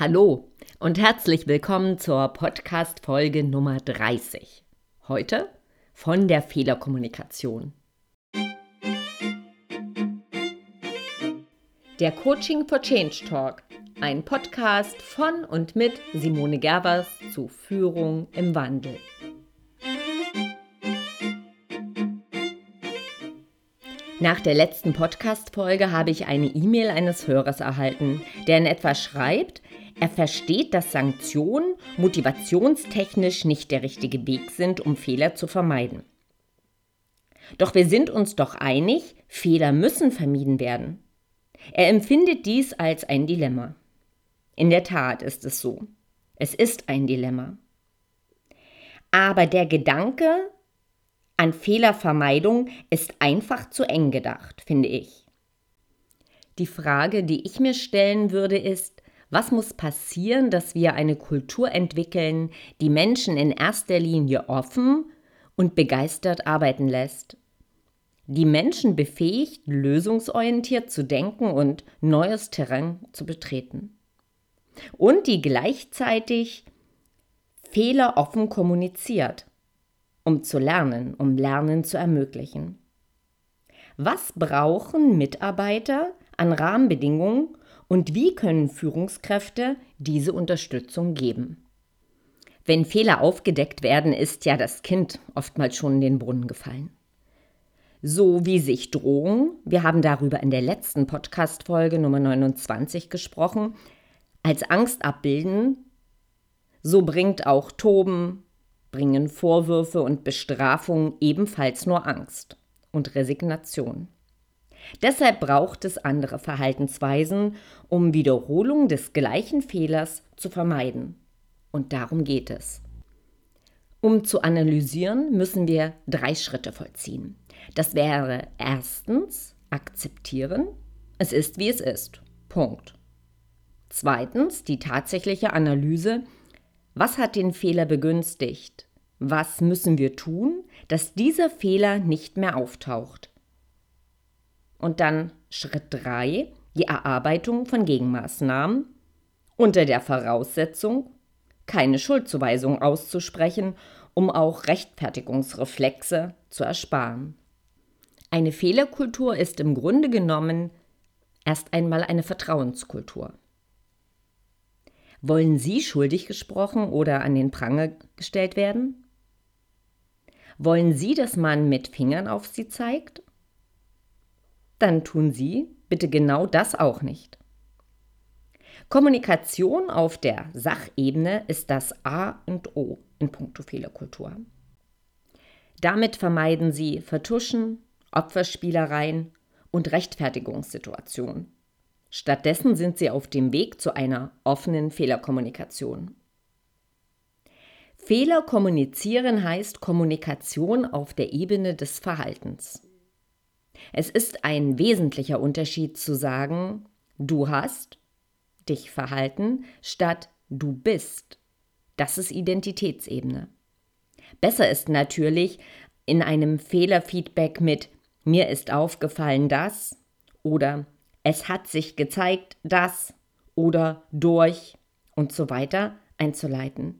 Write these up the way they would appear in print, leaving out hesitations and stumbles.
Hallo und herzlich willkommen zur Podcast-Folge Nummer 30. Heute von der Fehlerkommunikation. Der Coaching for Change Talk, ein Podcast von und mit Simone Gervers zu Führung im Wandel. Nach der letzten Podcast-Folge habe ich eine E-Mail eines Hörers erhalten, der in etwa schreibt, er versteht, dass Sanktionen motivationstechnisch nicht der richtige Weg sind, um Fehler zu vermeiden. Doch wir sind uns doch einig, Fehler müssen vermieden werden. Er empfindet dies als ein Dilemma. In der Tat ist es so. Es ist ein Dilemma. Aber der Gedanke an Fehlervermeidung ist einfach zu eng gedacht, finde ich. Die Frage, die ich mir stellen würde, ist, was muss passieren, dass wir eine Kultur entwickeln, die Menschen in erster Linie offen und begeistert arbeiten lässt? Die Menschen befähigt, lösungsorientiert zu denken und neues Terrain zu betreten. Und die gleichzeitig fehleroffen kommuniziert, um zu lernen, um Lernen zu ermöglichen. Was brauchen Mitarbeiter an Rahmenbedingungen und wie können Führungskräfte diese Unterstützung geben? Wenn Fehler aufgedeckt werden, ist ja das Kind oftmals schon in den Brunnen gefallen. So wie sich Drohungen, wir haben darüber in der letzten Podcast-Folge Nummer 29 gesprochen, als Angst abbilden, so bringt auch Toben, bringen Vorwürfe und Bestrafungen ebenfalls nur Angst und Resignation. Deshalb braucht es andere Verhaltensweisen, um Wiederholung des gleichen Fehlers zu vermeiden. Und darum geht es. Um zu analysieren, müssen wir 3 Schritte vollziehen. Das wäre erstens akzeptieren, es ist wie es ist. Punkt. Zweitens die tatsächliche Analyse, was hat den Fehler begünstigt? Was müssen wir tun, dass dieser Fehler nicht mehr auftaucht? Und dann Schritt 3, die Erarbeitung von Gegenmaßnahmen unter der Voraussetzung, keine Schuldzuweisung auszusprechen, um auch Rechtfertigungsreflexe zu ersparen. Eine Fehlerkultur ist im Grunde genommen erst einmal eine Vertrauenskultur. Wollen Sie schuldig gesprochen oder an den Pranger gestellt werden? Wollen Sie, dass man mit Fingern auf Sie zeigt? Dann tun Sie bitte genau das auch nicht. Kommunikation auf der Sachebene ist das A und O in puncto Fehlerkultur. Damit vermeiden Sie Vertuschen, Opferspielereien und Rechtfertigungssituationen. Stattdessen sind Sie auf dem Weg zu einer offenen Fehlerkommunikation. Fehler kommunizieren heißt Kommunikation auf der Ebene des Verhaltens. Es ist ein wesentlicher Unterschied zu sagen, du hast dich verhalten, statt du bist. Das ist Identitätsebene. Besser ist natürlich in einem Fehlerfeedback mit mir ist aufgefallen das oder es hat sich gezeigt das oder durch und so weiter einzuleiten.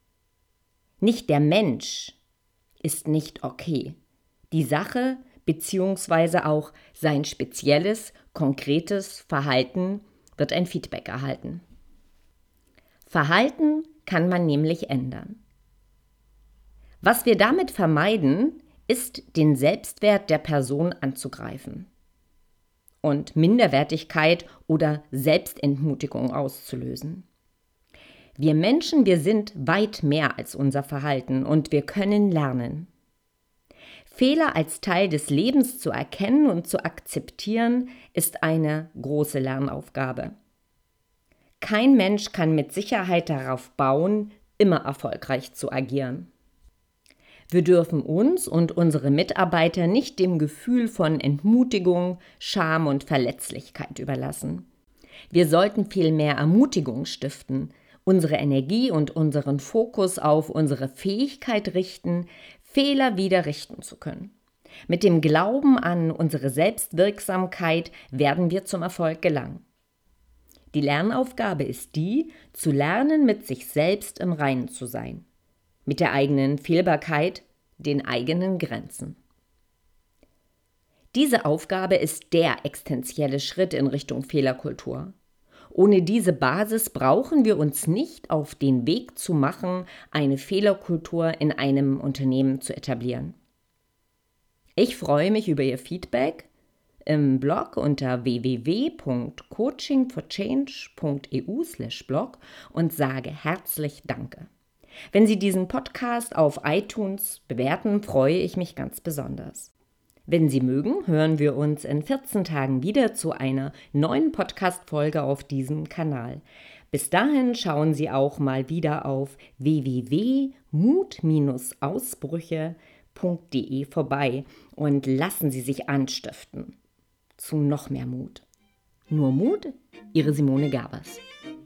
Nicht der Mensch ist nicht okay. Die Sache beziehungsweise auch sein spezielles, konkretes Verhalten wird ein Feedback erhalten. Verhalten kann man nämlich ändern. Was wir damit vermeiden, ist, den Selbstwert der Person anzugreifen und Minderwertigkeit oder Selbstentmutigung auszulösen. Wir Menschen, wir sind weit mehr als unser Verhalten und wir können lernen. Fehler als Teil des Lebens zu erkennen und zu akzeptieren, ist eine große Lernaufgabe. Kein Mensch kann mit Sicherheit darauf bauen, immer erfolgreich zu agieren. Wir dürfen uns und unsere Mitarbeiter nicht dem Gefühl von Entmutigung, Scham und Verletzlichkeit überlassen. Wir sollten vielmehr Ermutigung stiften, unsere Energie und unseren Fokus auf unsere Fähigkeit richten, Fehler wieder richten zu können. Mit dem Glauben an unsere Selbstwirksamkeit werden wir zum Erfolg gelangen. Die Lernaufgabe ist die, zu lernen, mit sich selbst im Reinen zu sein. Mit der eigenen Fehlbarkeit, den eigenen Grenzen. Diese Aufgabe ist der existenzielle Schritt in Richtung Fehlerkultur. Ohne diese Basis brauchen wir uns nicht auf den Weg zu machen, eine Fehlerkultur in einem Unternehmen zu etablieren. Ich freue mich über Ihr Feedback im Blog unter www.coachingforchange.eu/blog und sage herzlich Danke. Wenn Sie diesen Podcast auf iTunes bewerten, freue ich mich ganz besonders. Wenn Sie mögen, hören wir uns in 14 Tagen wieder zu einer neuen Podcast-Folge auf diesem Kanal. Bis dahin schauen Sie auch mal wieder auf www.mut-ausbrüche.de vorbei und lassen Sie sich anstiften zu noch mehr Mut. Nur Mut, Ihre Simone Gabers.